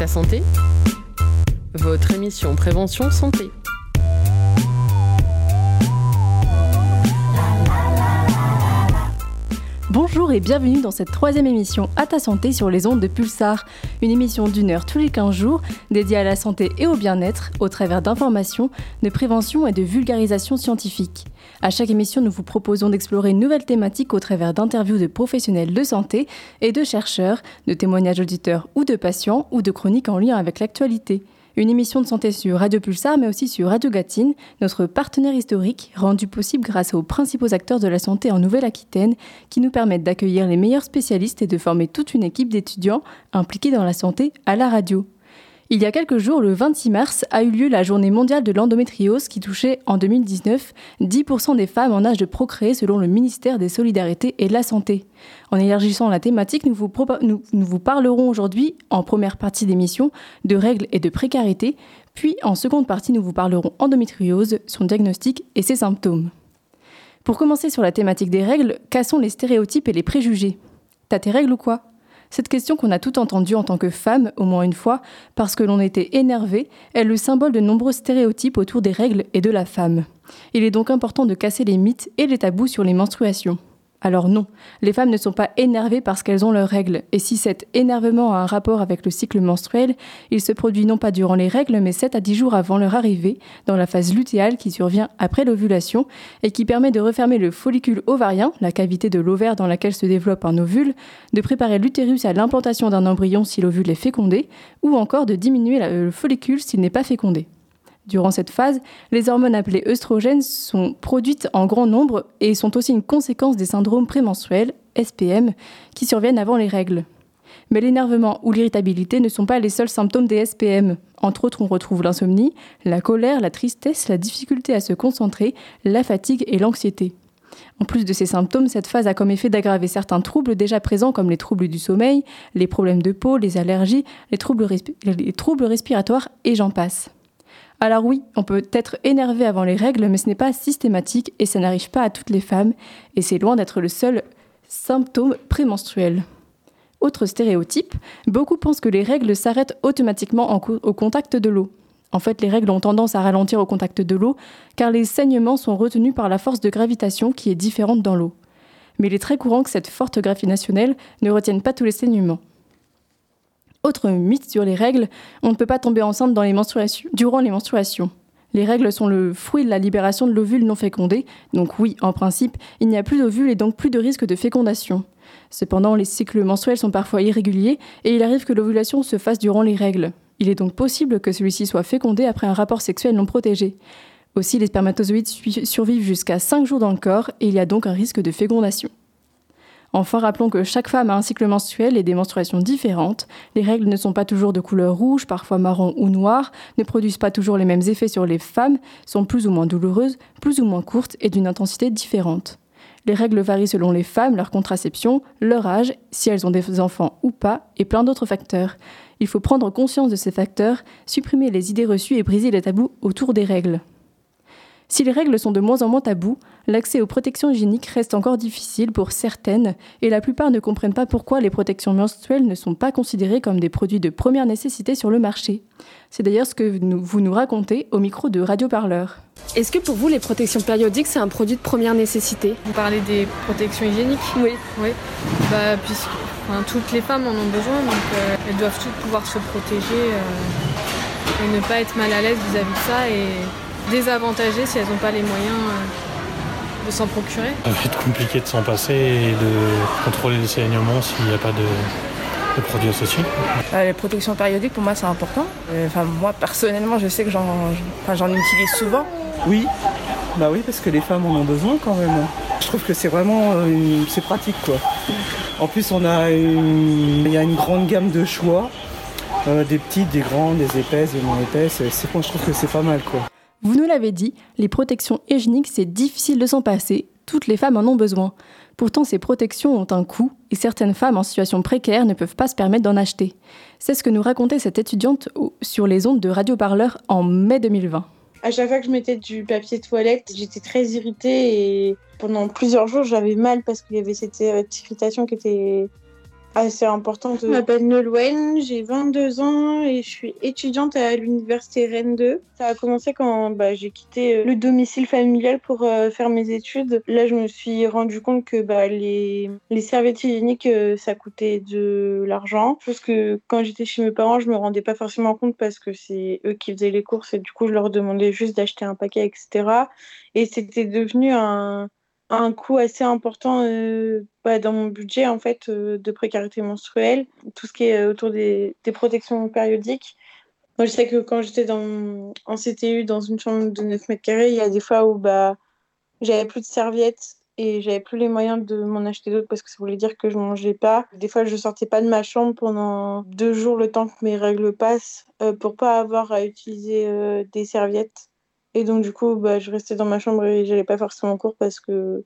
ta santé, votre émission Prévention Santé. Bonjour et bienvenue dans cette 3e émission À ta santé sur les ondes de Pulsar, une émission d'1 heure tous les 15 jours dédiée à la santé et au bien-être au travers d'informations, de prévention et de vulgarisation scientifique. À chaque émission, nous vous proposons d'explorer une nouvelle thématique au travers d'interviews de professionnels de santé et de chercheurs, de témoignages auditeurs ou de patients ou de chroniques en lien avec l'actualité. Une émission de santé sur Radio Pulsar, mais aussi sur Radio Gatine, notre partenaire historique, rendu possible grâce aux principaux acteurs de la santé en Nouvelle-Aquitaine, qui nous permettent d'accueillir les meilleurs spécialistes et de former toute une équipe d'étudiants impliqués dans la santé à la radio. Il y a quelques jours, le 26 mars, a eu lieu la journée mondiale de l'endométriose qui touchait en 2019 10% des femmes en âge de procréer selon le ministère des Solidarités et de la Santé. En élargissant la thématique, nous vous parlerons aujourd'hui, en première partie d'émission, de règles et de précarité, puis en seconde partie, nous vous parlerons endométriose, son diagnostic et ses symptômes. Pour commencer sur la thématique des règles, cassons les stéréotypes et les préjugés. T'as tes règles ou quoi ? Cette question qu'on a toutes entendue en tant que femme, au moins une fois, parce que l'on était énervé, est le symbole de nombreux stéréotypes autour des règles et de la femme. Il est donc important de casser les mythes et les tabous sur les menstruations. Alors non, les femmes ne sont pas énervées parce qu'elles ont leurs règles, et si cet énervement a un rapport avec le cycle menstruel, il se produit non pas durant les règles, mais 7 à 10 jours avant leur arrivée, dans la phase lutéale qui survient après l'ovulation, et qui permet de refermer le follicule ovarien, la cavité de l'ovaire dans laquelle se développe un ovule, de préparer l'utérus à l'implantation d'un embryon si l'ovule est fécondé, ou encore de diminuer le follicule s'il n'est pas fécondé. Durant cette phase, les hormones appelées œstrogènes sont produites en grand nombre et sont aussi une conséquence des syndromes prémenstruels, SPM, qui surviennent avant les règles. Mais l'énervement ou l'irritabilité ne sont pas les seuls symptômes des SPM. Entre autres, on retrouve l'insomnie, la colère, la tristesse, la difficulté à se concentrer, la fatigue et l'anxiété. En plus de ces symptômes, cette phase a comme effet d'aggraver certains troubles déjà présents comme les troubles du sommeil, les problèmes de peau, les allergies, les troubles respiratoires et j'en passe. Alors oui, on peut être énervé avant les règles, mais ce n'est pas systématique et ça n'arrive pas à toutes les femmes, et c'est loin d'être le seul symptôme prémenstruel. Autre stéréotype, beaucoup pensent que les règles s'arrêtent automatiquement au contact de l'eau. En fait, les règles ont tendance à ralentir au contact de l'eau, car les saignements sont retenus par la force de gravitation qui est différente dans l'eau. Mais il est très courant que cette force gravitationnelle ne retienne pas tous les saignements. Autre mythe sur les règles, on ne peut pas tomber enceinte durant les menstruations. Les règles sont le fruit de la libération de l'ovule non fécondé, donc oui, en principe, il n'y a plus d'ovule et donc plus de risque de fécondation. Cependant, les cycles menstruels sont parfois irréguliers et il arrive que l'ovulation se fasse durant les règles. Il est donc possible que celui-ci soit fécondé après un rapport sexuel non protégé. Aussi, les spermatozoïdes survivent jusqu'à 5 jours dans le corps et il y a donc un risque de fécondation. Enfin, rappelons que chaque femme a un cycle menstruel et des menstruations différentes. Les règles ne sont pas toujours de couleur rouge, parfois marron ou noir, ne produisent pas toujours les mêmes effets sur les femmes, sont plus ou moins douloureuses, plus ou moins courtes et d'une intensité différente. Les règles varient selon les femmes, leur contraception, leur âge, si elles ont des enfants ou pas, et plein d'autres facteurs. Il faut prendre conscience de ces facteurs, supprimer les idées reçues et briser les tabous autour des règles. Si les règles sont de moins en moins tabous, l'accès aux protections hygiéniques reste encore difficile pour certaines et la plupart ne comprennent pas pourquoi les protections menstruelles ne sont pas considérées comme des produits de première nécessité sur le marché. C'est d'ailleurs ce que vous nous racontez au micro de Radio Parleur. Est-ce que pour vous, les protections périodiques, c'est un produit de première nécessité ? Vous parlez des protections hygiéniques ? Oui. Puisque toutes les femmes en ont besoin, donc elles doivent toutes pouvoir se protéger et ne pas être mal à l'aise vis-à-vis de ça et désavantagées si elles n'ont pas les moyens de s'en procurer. Ça va être compliqué de s'en passer et de contrôler les saignements s'il n'y a pas de produits associés. Les protections périodiques, pour moi, c'est important. Moi, personnellement, je sais que j'en utilise souvent. Oui, parce que les femmes en ont besoin quand même. Je trouve que c'est vraiment c'est pratique, quoi. En plus, il y a une grande gamme de choix, des petites, des grandes, des épaisses, des moins épaisses. Je trouve que c'est pas mal, quoi. Vous nous l'avez dit, les protections hygiéniques, c'est difficile de s'en passer. Toutes les femmes en ont besoin. Pourtant, ces protections ont un coût et certaines femmes en situation précaire ne peuvent pas se permettre d'en acheter. C'est ce que nous racontait cette étudiante sur les ondes de Radio Parleur en mai 2020. À chaque fois que je mettais du papier toilette, j'étais très irritée et pendant plusieurs jours, j'avais mal parce qu'il y avait cette irritation qui était assez importante. Je m'appelle Nolwenn, j'ai 22 ans et je suis étudiante à l'université Rennes 2. Ça a commencé quand j'ai quitté le domicile familial pour faire mes études. Là, je me suis rendu compte que les serviettes hygiéniques, ça coûtait de l'argent. Chose que quand j'étais chez mes parents, je me rendais pas forcément compte parce que c'est eux qui faisaient les courses et du coup, je leur demandais juste d'acheter un paquet, etc. Et c'était devenu un coût assez important dans mon budget en fait de précarité menstruelle, tout ce qui est autour des protections périodiques. Moi, je sais que quand j'étais en CTU dans une chambre de 9 mètres carrés, il y a des fois où j'avais plus de serviettes et j'avais plus les moyens de m'en acheter d'autres parce que ça voulait dire que je mangeais pas. Des fois, je sortais pas de ma chambre pendant 2 jours le temps que mes règles passent pour pas avoir à utiliser des serviettes. Et donc, du coup, je restais dans ma chambre et j'allais pas forcément en cours parce que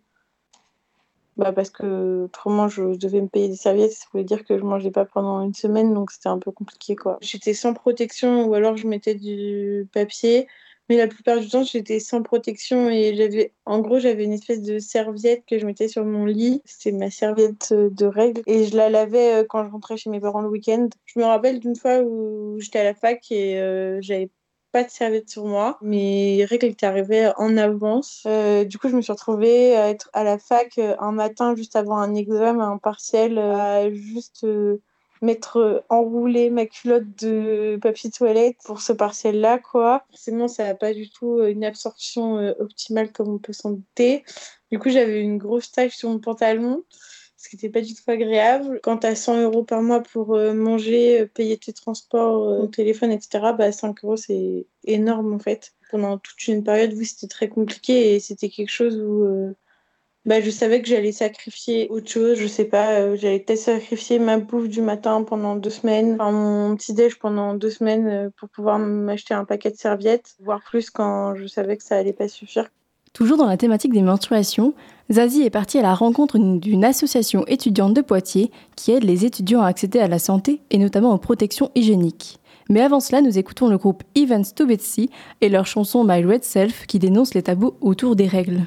autrement, je devais me payer des serviettes. Ça voulait dire que je mangeais pas pendant une semaine, donc c'était un peu compliqué, quoi. J'étais sans protection ou alors je mettais du papier. Mais la plupart du temps, j'étais sans protection et j'avais une espèce de serviette que je mettais sur mon lit. C'était ma serviette de règles et je la lavais quand je rentrais chez mes parents le week-end. Je me rappelle d'une fois où j'étais à la fac et j'avais pas de serviette sur moi. Mes règles étaient arrivées en avance. Du coup, je me suis retrouvée à être à la fac un matin juste avant un examen, un partiel, à juste enrouler ma culotte de papier toilette pour ce partiel-là, quoi. Forcément, ça n'a pas du tout une absorption optimale comme on peut s'en douter. Du coup, j'avais une grosse tache sur mon pantalon, ce qui n'était pas du tout agréable. Quand tu as 100 € par mois pour manger, payer tes transports, ton téléphone, etc., 5 €, c'est énorme, en fait. Pendant toute une période, oui, c'était très compliqué et c'était quelque chose où je savais que j'allais sacrifier autre chose, je sais pas, j'allais peut-être sacrifier ma bouffe du matin pendant 2 semaines, mon petit-déj pendant 2 semaines pour pouvoir m'acheter un paquet de serviettes, voire plus quand je savais que ça allait pas suffire. Toujours dans la thématique des menstruations, Zazie est partie à la rencontre d'une association étudiante de Poitiers qui aide les étudiants à accéder à la santé et notamment aux protections hygiéniques. Mais avant cela, nous écoutons le groupe Evans to Betsy et leur chanson My Red Self qui dénonce les tabous autour des règles.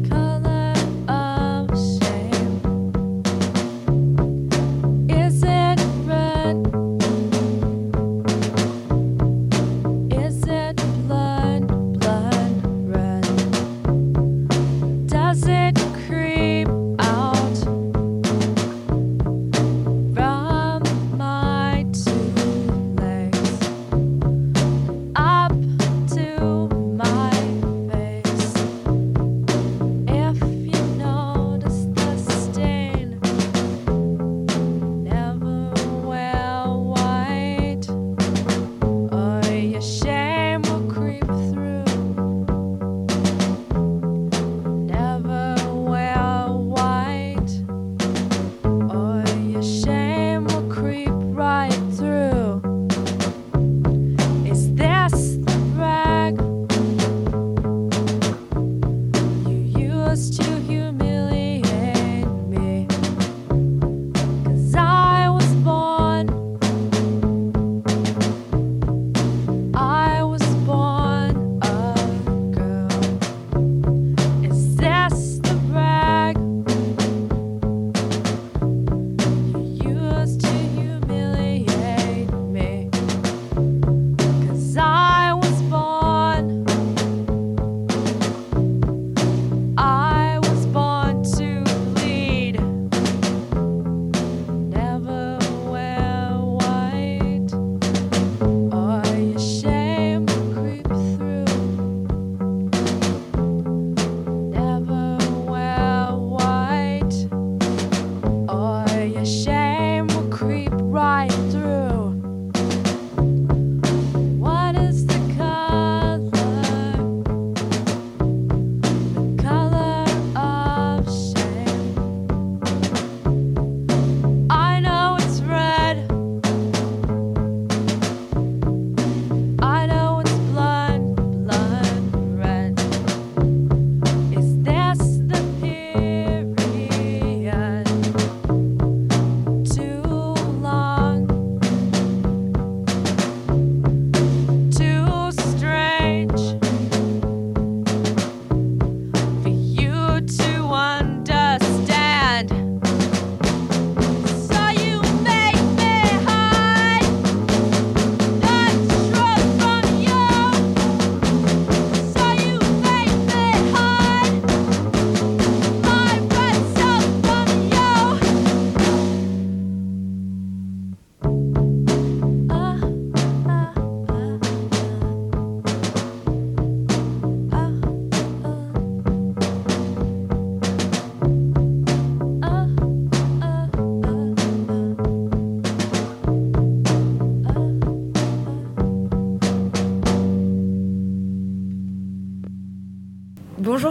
Is it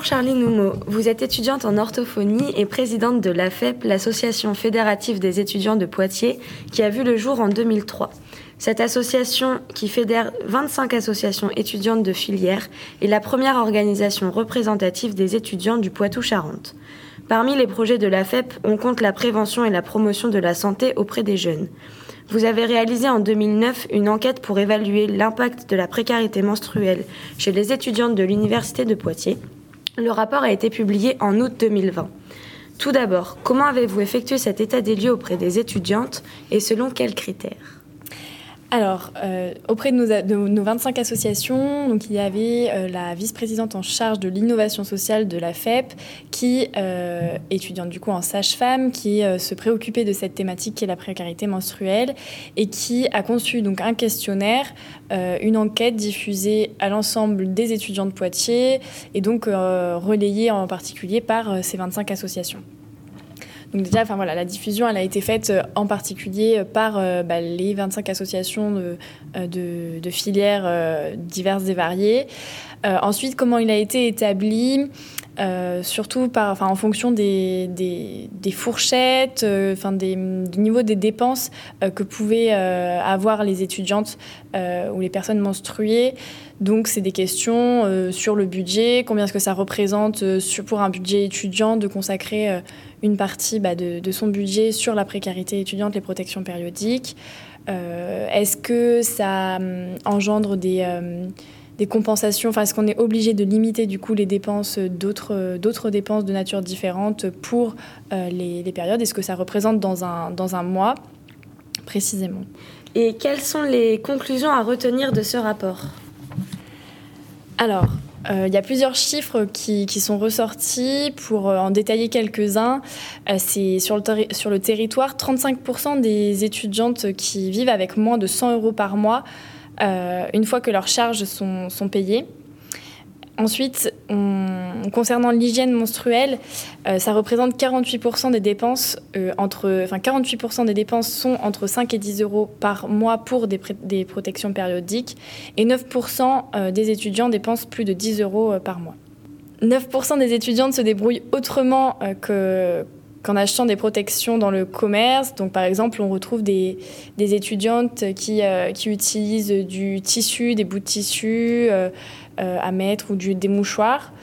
Bonjour Charlie Noumeau, vous êtes étudiante en orthophonie et présidente de l'AFEP, l'Association fédérative des étudiants de Poitiers, qui a vu le jour en 2003. Cette association, qui fédère 25 associations étudiantes de filière, est la première organisation représentative des étudiants du Poitou-Charentes. Parmi les projets de l'AFEP, on compte la prévention et la promotion de la santé auprès des jeunes. Vous avez réalisé en 2009 une enquête pour évaluer l'impact de la précarité menstruelle chez les étudiantes de l'Université de Poitiers. Le rapport a été publié en août 2020. Tout d'abord, comment avez-vous effectué cet état des lieux auprès des étudiantes et selon quels critères ? Alors, auprès de nos 25 associations, donc, il y avait la vice-présidente en charge de l'innovation sociale de la FEP, qui, étudiante du coup en sage-femme, qui se préoccupait de cette thématique qui est la précarité menstruelle et qui a conçu donc un questionnaire, une enquête diffusée à l'ensemble des étudiants de Poitiers et donc relayée en particulier par ces 25 associations. Donc déjà, la diffusion, elle a été faite en particulier par les 25 associations de filières diverses et variées. Ensuite, comment il a été établi, surtout en fonction des fourchettes, du niveau des dépenses que pouvaient avoir les étudiantes ou les personnes menstruées. Donc, c'est des questions sur le budget, combien est-ce que ça représente pour un budget étudiant de consacrer une partie de son budget sur la précarité étudiante, les protections périodiques. Est-ce que ça engendre des compensations, est-ce qu'on est obligé de limiter du coup les dépenses d'autres dépenses de nature différente pour les périodes? Est-ce que ça représente dans un mois précisément? Et quelles sont les conclusions à retenir de ce rapport? Alors, il y a plusieurs chiffres qui sont ressortis. Pour en détailler quelques-uns, c'est sur le territoire, 35% des étudiantes qui vivent avec moins de 100 € par mois, une fois que leurs charges sont payées. Ensuite, concernant l'hygiène menstruelle, ça représente 48% des dépenses. 48% des dépenses sont entre 5 et 10 € par mois pour des protections périodiques et 9% des étudiants dépensent plus de 10 € par mois. 9% des étudiantes se débrouillent autrement qu'en achetant des protections dans le commerce. Donc, par exemple, on retrouve des étudiantes qui utilisent du tissu, des bouts de tissu à mettre ou des mouchoirs.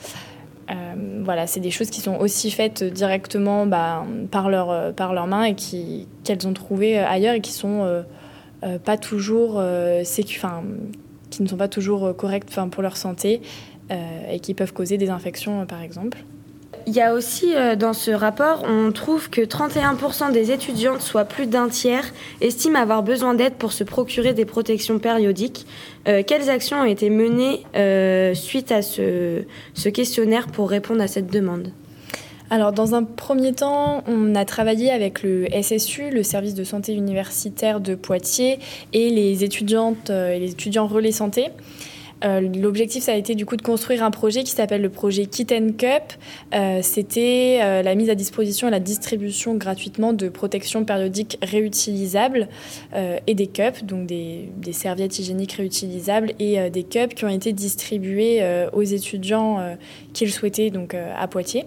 C'est des choses qui sont aussi faites directement par leurs mains et qu'elles ont trouvées ailleurs et qui sont pas toujours qui ne sont pas toujours correctes pour leur santé et qui peuvent causer des infections par exemple. Il y a aussi, dans ce rapport, on trouve que 31% des étudiantes, soit plus d'un tiers, estiment avoir besoin d'aide pour se procurer des protections périodiques. Quelles actions ont été menées suite à ce questionnaire pour répondre à cette demande ? Alors, dans un premier temps, on a travaillé avec le SSU, le service de santé universitaire de Poitiers, et les étudiantes et les étudiants relais santé. L'objectif, ça a été du coup de construire un projet qui s'appelle le projet Kit & Cup. C'était la mise à disposition et la distribution gratuitement de protections périodiques réutilisables et des cups, donc des serviettes hygiéniques réutilisables et des cups qui ont été distribués aux étudiants qui le souhaitaient donc, à Poitiers.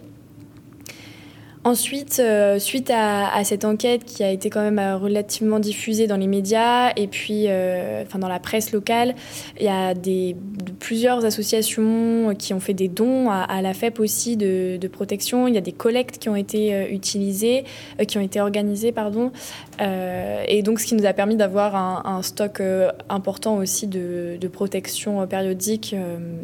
Ensuite, suite à cette enquête qui a été quand même relativement diffusée dans les médias et puis dans la presse locale, il y a plusieurs associations qui ont fait des dons à la FEP aussi de protection. Il y a des collectes qui ont été organisées, et donc ce qui nous a permis d'avoir un stock important aussi de protection périodique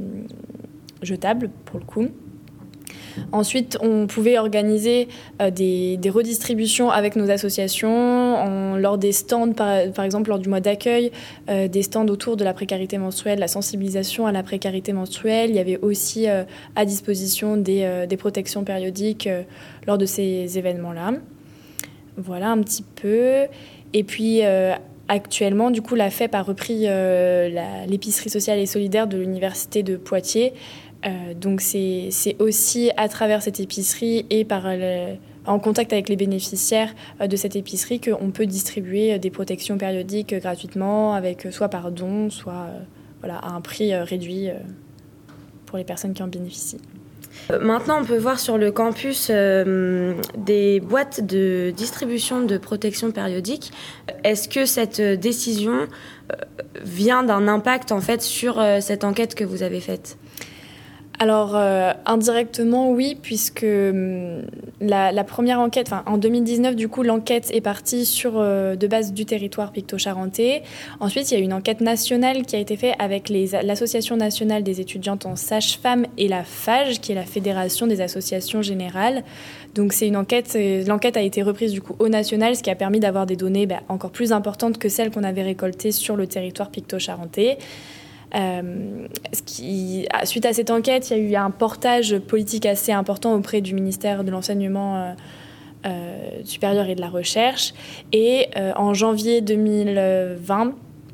jetable pour le coup. Ensuite, on pouvait organiser des redistributions avec nos associations lors des stands, par exemple lors du mois d'accueil, des stands autour de la précarité menstruelle, la sensibilisation à la précarité menstruelle. Il y avait aussi à disposition des protections périodiques lors de ces événements-là. Voilà un petit peu. Et puis actuellement, du coup, la FEP a repris l'épicerie sociale et solidaire de l'Université de Poitiers. Donc c'est aussi à travers cette épicerie et en contact avec les bénéficiaires de cette épicerie qu'on peut distribuer des protections périodiques gratuitement, soit par don, soit à un prix réduit pour les personnes qui en bénéficient. Maintenant, on peut voir sur le campus des boîtes de distribution de protection périodique. Est-ce que cette décision vient d'un impact en fait sur cette enquête que vous avez faite ? Alors, indirectement, oui, puisque la première enquête, en 2019, du coup, l'enquête est partie de base du territoire picto-charentais. Ensuite, il y a une enquête nationale qui a été faite avec l'Association nationale des étudiantes en sage-femme et la FAGE, qui est la Fédération des associations générales. Donc, c'est une enquête, l'enquête a été reprise, du coup, au national, ce qui a permis d'avoir des données encore plus importantes que celles qu'on avait récoltées sur le territoire picto-charentais. Suite à cette enquête, il y a eu un portage politique assez important auprès du ministère de l'Enseignement supérieur et de la Recherche. Et en janvier 2021,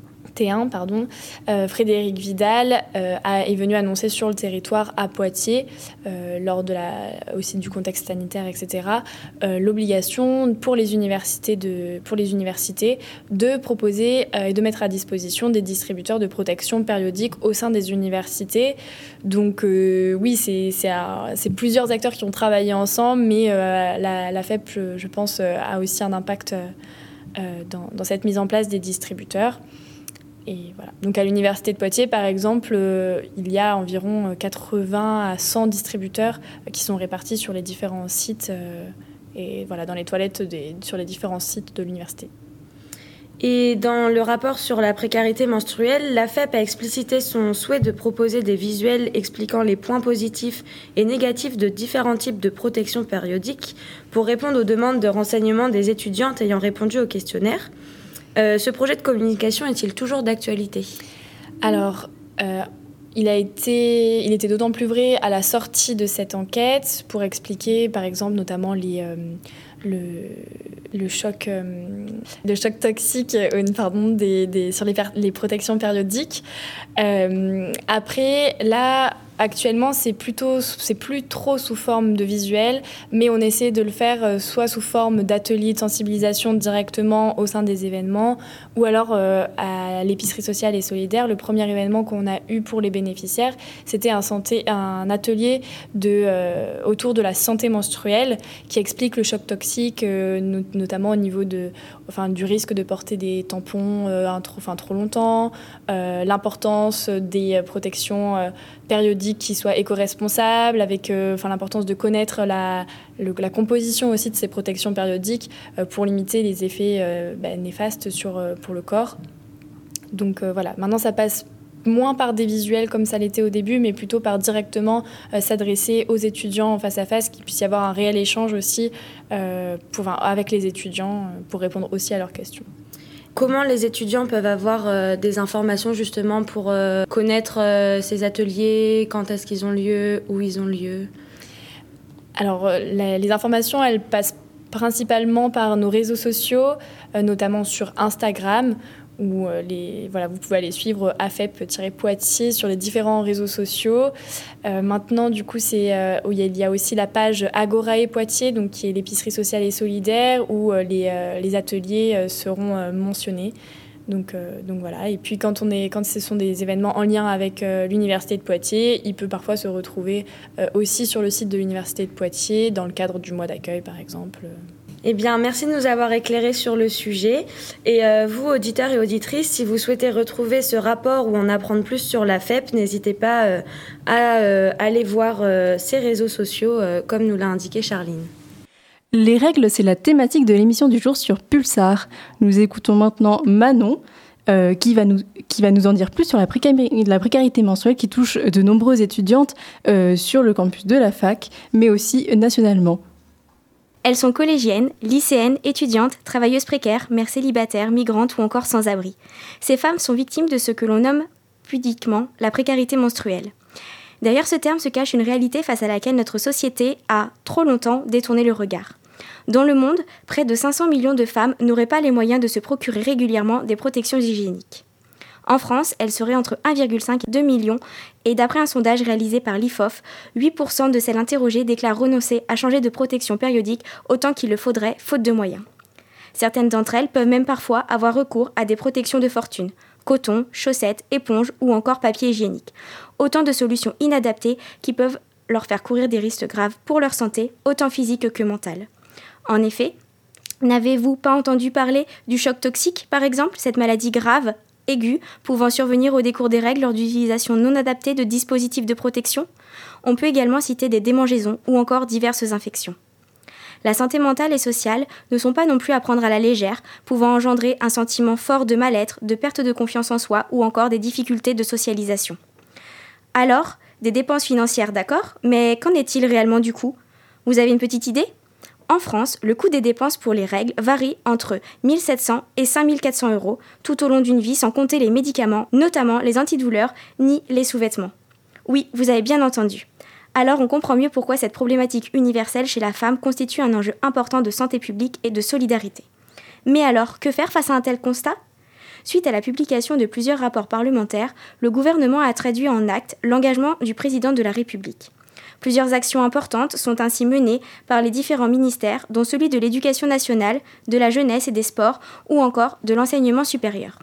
Frédérique Vidal est venu annoncer sur le territoire à Poitiers, lors aussi du contexte sanitaire, etc., l'obligation pour les universités de proposer et de mettre à disposition des distributeurs de protection périodique au sein des universités. Donc oui, c'est plusieurs acteurs qui ont travaillé ensemble, mais la FEP, je pense, a aussi un impact dans cette mise en place des distributeurs. Et voilà. Donc à l'université de Poitiers, par exemple, il y a environ 80 à 100 distributeurs qui sont répartis sur les différents sites et voilà, dans les toilettes sur les différents sites de l'université. Et dans le rapport sur la précarité menstruelle, la FEP a explicité son souhait de proposer des visuels expliquant les points positifs et négatifs de différents types de protection périodique pour répondre aux demandes de renseignement des étudiantes ayant répondu au questionnaire. Ce projet de communication est-il toujours d'actualité ? Alors, il était d'autant plus vrai à la sortie de cette enquête pour expliquer, par exemple, notamment le choc toxique sur les protections périodiques. Après, là, actuellement, c'est plus trop sous forme de visuel, mais on essaie de le faire soit sous forme d'ateliers de sensibilisation directement au sein des événements, ou alors à l'épicerie sociale et solidaire. Le premier événement qu'on a eu pour les bénéficiaires, c'était un atelier autour de la santé menstruelle qui explique le choc toxique, notamment au niveau du risque de porter des tampons trop longtemps, l'importance des protections périodiques qui soient éco-responsables, avec l'importance de connaître la composition aussi de ces protections périodiques pour limiter les effets néfastes pour le corps. Donc voilà, maintenant ça passe moins par des visuels comme ça l'était au début, mais plutôt par directement s'adresser aux étudiants en face à face, qu'il puisse y avoir un réel échange aussi avec les étudiants pour répondre aussi à leurs questions. Comment les étudiants peuvent avoir des informations justement pour connaître ces ateliers, quand est-ce qu'ils ont lieu, où ils ont lieu ? Alors, les informations, elles passent principalement par nos réseaux sociaux, notamment sur Instagram, où vous pouvez aller suivre AFEP-Poitiers sur les différents réseaux sociaux. Maintenant, du coup, il y a aussi la page Agorae Poitiers, donc qui est l'épicerie sociale et solidaire, où les ateliers seront mentionnés. Donc voilà. Et puis quand ce sont des événements en lien avec l'université de Poitiers, il peut parfois se retrouver aussi sur le site de l'université de Poitiers, dans le cadre du mois d'accueil, par exemple. Eh bien, merci de nous avoir éclairés sur le sujet. Et vous, auditeurs et auditrices, si vous souhaitez retrouver ce rapport ou en apprendre plus sur la FEP, n'hésitez pas à aller voir ses réseaux sociaux, comme nous l'a indiqué Charline. Les règles, c'est la thématique de l'émission du jour sur Pulsar. Nous écoutons maintenant Manon, qui va nous en dire plus sur la précarité menstruelle qui touche de nombreuses étudiantes sur le campus de la fac, mais aussi nationalement. Elles sont collégiennes, lycéennes, étudiantes, travailleuses précaires, mères célibataires, migrantes ou encore sans-abri. Ces femmes sont victimes de ce que l'on nomme pudiquement la précarité menstruelle. Derrière ce terme se cache une réalité face à laquelle notre société a, trop longtemps, détourné le regard. Dans le monde, près de 500 millions de femmes n'auraient pas les moyens de se procurer régulièrement des protections hygiéniques. En France, elles seraient entre 1,5 et 2 millions et d'après un sondage réalisé par l'IFOF, 8% de celles interrogées déclarent renoncer à changer de protection périodique autant qu'il le faudrait, faute de moyens. Certaines d'entre elles peuvent même parfois avoir recours à des protections de fortune, coton, chaussettes, éponges ou encore papier hygiénique. Autant de solutions inadaptées qui peuvent leur faire courir des risques graves pour leur santé, autant physique que mentale. En effet, n'avez-vous pas entendu parler du choc toxique, par exemple, cette maladie grave, aiguë, pouvant survenir au décours des règles lors d'utilisation non adaptée de dispositifs de protection ? On peut également citer des démangeaisons ou encore diverses infections. La santé mentale et sociale ne sont pas non plus à prendre à la légère, pouvant engendrer un sentiment fort de mal-être, de perte de confiance en soi ou encore des difficultés de socialisation. Alors, des dépenses financières, d'accord, mais qu'en est-il réellement du coût ? Vous avez une petite idée ? En France, le coût des dépenses pour les règles varie entre 1 700 et 5 400 € tout au long d'une vie, sans compter les médicaments, notamment les antidouleurs, ni les sous-vêtements. Oui, vous avez bien entendu. Alors on comprend mieux pourquoi cette problématique universelle chez la femme constitue un enjeu important de santé publique et de solidarité. Mais alors, que faire face à un tel constat ? Suite à la publication de plusieurs rapports parlementaires, le gouvernement a traduit en actes l'engagement du président de la République. Plusieurs actions importantes sont ainsi menées par les différents ministères, dont celui de l'Éducation nationale, de la jeunesse et des sports, ou encore de l'enseignement supérieur.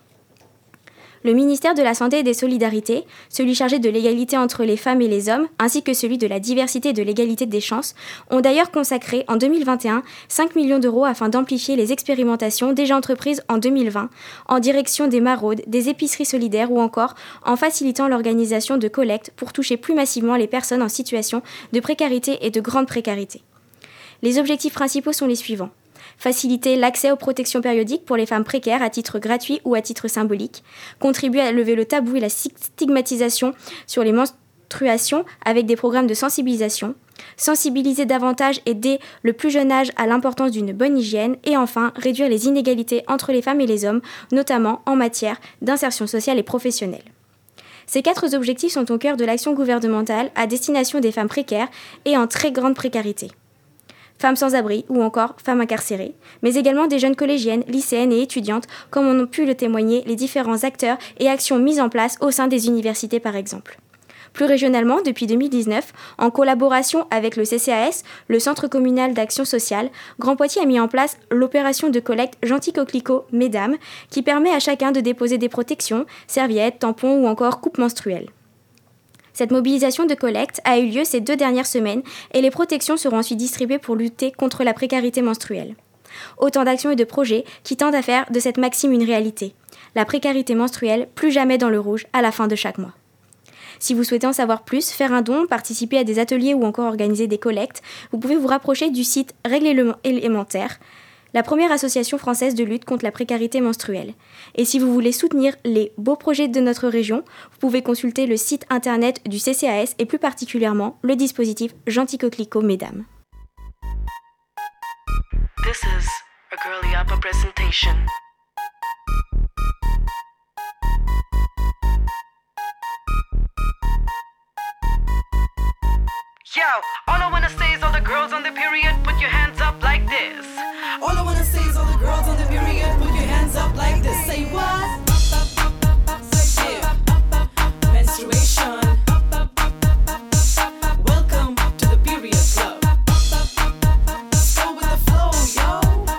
Le ministère de la Santé et des Solidarités, celui chargé de l'égalité entre les femmes et les hommes, ainsi que celui de la diversité et de l'égalité des chances, ont d'ailleurs consacré en 2021 5 millions d'euros afin d'amplifier les expérimentations déjà entreprises en 2020 en direction des maraudes, des épiceries solidaires ou encore en facilitant l'organisation de collectes pour toucher plus massivement les personnes en situation de précarité et de grande précarité. Les objectifs principaux sont les suivants. Faciliter l'accès aux protections périodiques pour les femmes précaires à titre gratuit ou à titre symbolique, contribuer à lever le tabou et la stigmatisation sur les menstruations avec des programmes de sensibilisation, sensibiliser davantage et dès le plus jeune âge à l'importance d'une bonne hygiène et enfin réduire les inégalités entre les femmes et les hommes, notamment en matière d'insertion sociale et professionnelle. Ces 4 objectifs sont au cœur de l'action gouvernementale à destination des femmes précaires et en très grande précarité. Femmes sans abri ou encore femmes incarcérées, mais également des jeunes collégiennes, lycéennes et étudiantes, comme ont pu le témoigner les différents acteurs et actions mises en place au sein des universités par exemple. Plus régionalement, depuis 2019, en collaboration avec le CCAS, le Centre communal d'action sociale, Grand Poitiers a mis en place l'opération de collecte Gentil Coquelicot Mesdames, qui permet à chacun de déposer des protections, serviettes, tampons ou encore coupes menstruelles. Cette mobilisation de collecte a eu lieu ces 2 dernières semaines et les protections seront ensuite distribuées pour lutter contre la précarité menstruelle. Autant d'actions et de projets qui tendent à faire de cette maxime une réalité. La précarité menstruelle, plus jamais dans le rouge à la fin de chaque mois. Si vous souhaitez en savoir plus, faire un don, participer à des ateliers ou encore organiser des collectes, vous pouvez vous rapprocher du site Règles élémentaires, la première association française de lutte contre la précarité menstruelle. Et si vous voulez soutenir les beaux projets de notre région, vous pouvez consulter le site internet du CCAS et plus particulièrement le dispositif Gentil Coquelicot Mesdames. This is a Girly Upper presentation. Yo, all I wanna say is all the girls on the period, put your hands up like this. All I wanna say is all the girls on the period, put your hands up like this. Say what? Yeah. Menstruation. Welcome to the period club. Go with the flow, yo.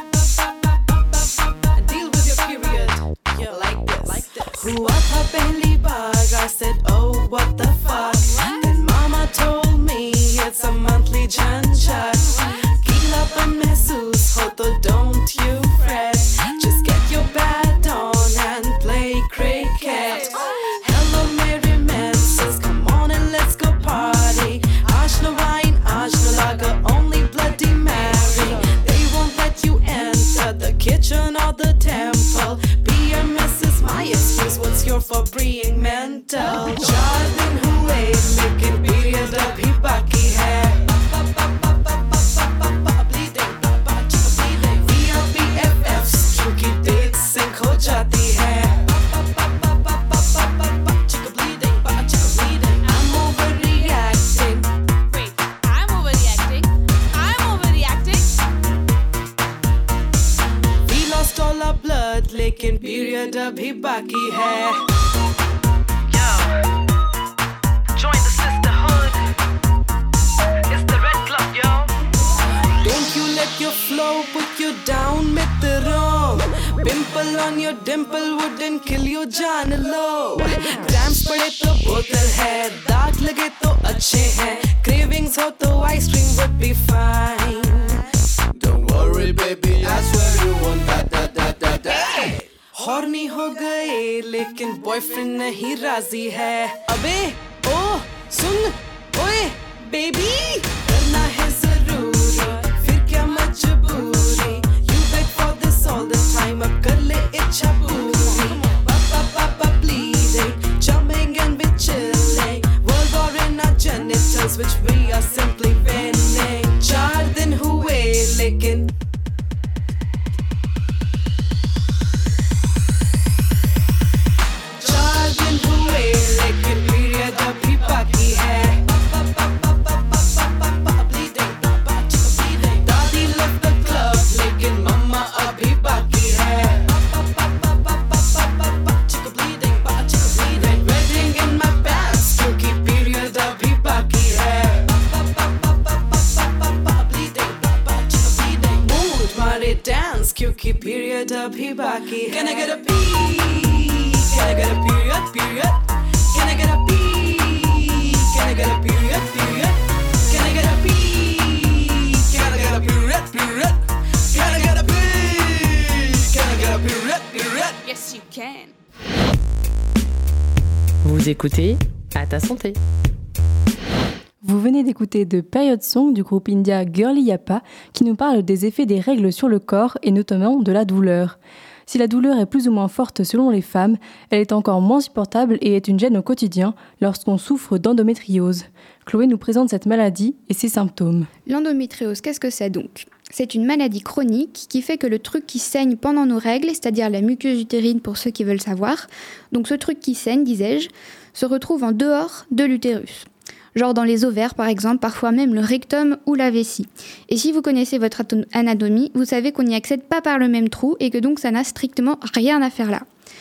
And deal with your period. Yeah, like this. Hua tha pehli baar, I said, oh, what the fuck. Then mama told me it's a monthly jhanchat. Gilapan mehsoos ho to don't you fret. Just get your bat on and play cricket. Hello merry menses, come on and let's go party. Aaj no wine, aaj no lager, only Bloody Mary. They won't let you enter the kitchen or the temple. PMS is my excuse, what's your for being mental? 4 din hue, lekin period abhi baki hai. लेकिन पीरियड अभी बाकी है. Yo, join the sisterhood. It's the Red Club, yo. Don't you let your flow put you down, mitron. Pimple on your dimple wouldn't kill you, jaan lo. Cramps पड़े तो बोतल है, दाग लगे तो अच्छे हैं. Cravings hot, though ice cream would be fine. Don't worry, baby, I swear you won't die. Horny हो गए लेकिन बॉयफ्रेंड नहीं राजी है. अबे ओ सुन ओए बेबी करना है जरूरी फिर क्या मजबूरी. You beg for this all the time अब कर ले इच्छा पूरी. Papa bleeding jumping and we chilling. World war in our genitals which we are simply winning. 4 दिन हुए लेकिन क्योंकि पीरियड अभी बाकी है. Can I get a pee? Can I get a period? Period? Can I get a pee? Can I get a period? Period? Can I get a pee? Can I get a period? Period? Can I get a pee? Can I get a period? Period? Yes, you can. Vous écoutez À ta santé. Vous venez d'écouter The Period Song du groupe indien Girly Yappa qui nous parle des effets des règles sur le corps et notamment de la douleur. Si la douleur est plus ou moins forte selon les femmes, elle est encore moins supportable et est une gêne au quotidien lorsqu'on souffre d'endométriose. Chloé nous présente cette maladie et ses symptômes. L'endométriose, qu'est-ce que c'est donc ? C'est une maladie chronique qui fait que le truc qui saigne pendant nos règles, c'est-à-dire la muqueuse utérine pour ceux qui veulent savoir, donc ce truc qui saigne, disais-je, se retrouve en dehors de l'utérus. Genre dans les ovaires par exemple, parfois même le rectum ou la vessie. Et si vous connaissez votre anatomie, vous savez qu'on n'y accède pas par le même trou et que donc ça n'a strictement rien à faire là.